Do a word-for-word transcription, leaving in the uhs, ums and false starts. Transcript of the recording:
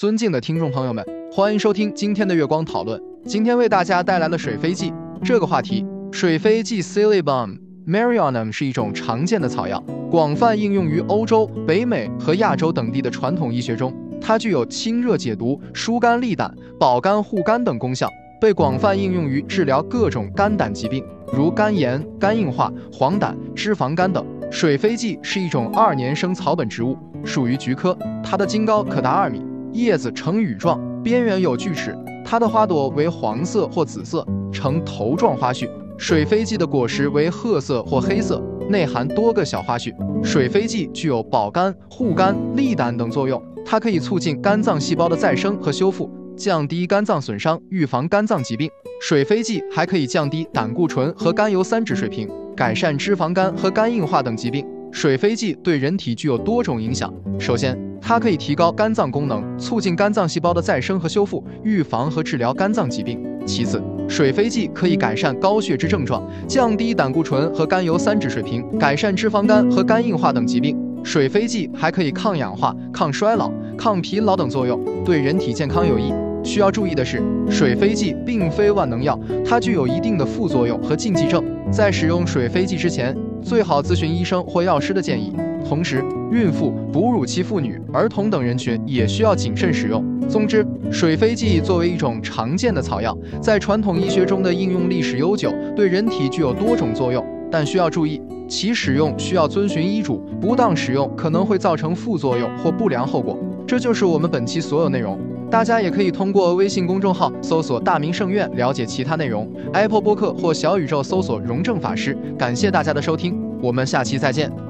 尊敬的听众朋友们，欢迎收听今天的月光讨论。今天为大家带来了水飞蓟这个话题。水飞蓟 Scillium Marionum 是一种常见的草药，广泛应用于欧洲、北美和亚洲等地的传统医学中。它具有清热解毒、疏肝利胆、保肝护肝等功效，被广泛应用于治疗各种肝胆疾病，如肝炎、肝硬化、黄疸、脂肪肝等。水飞蓟是一种二年生草本植物，属于菊科，它的茎高可达二米，叶子呈羽状，边缘有锯齿，它的花朵为黄色或紫色，呈头状花序。水飞蓟的果实为褐色或黑色，内含多个小花序。水飞蓟具有保肝、护肝、利胆等作用，它可以促进肝脏细胞的再生和修复，降低肝脏损伤，预防肝脏疾病。水飞蓟还可以降低胆固醇和甘油三酯水平，改善脂肪肝和肝硬化等疾病。水飞蓟对人体具有多种影响。首先，它可以提高肝脏功能，促进肝脏细胞的再生和修复，预防和治疗肝脏疾病。其次，水飞蓟可以改善高血脂症状，降低胆固醇和甘油三酯水平，改善脂肪肝和肝硬化等疾病。水飞蓟还可以抗氧化、抗衰老、抗疲劳等作用，对人体健康有益。需要注意的是，水飞蓟并非万能药，它具有一定的副作用和禁忌症。在使用水飞蓟之前，最好咨询医生或药师的建议。同时，孕妇、哺乳期妇女、儿童等人群也需要谨慎使用。总之，水飞蓟作为一种常见的草药，在传统医学中的应用历史悠久，对人体具有多种作用，但需要注意，其使用需要遵循医嘱，不当使用可能会造成副作用或不良后果。这就是我们本期所有内容。大家也可以通过微信公众号搜索大明圣院了解其他内容， Apple 播客或小宇宙搜索荣正法师。感谢大家的收听，我们下期再见。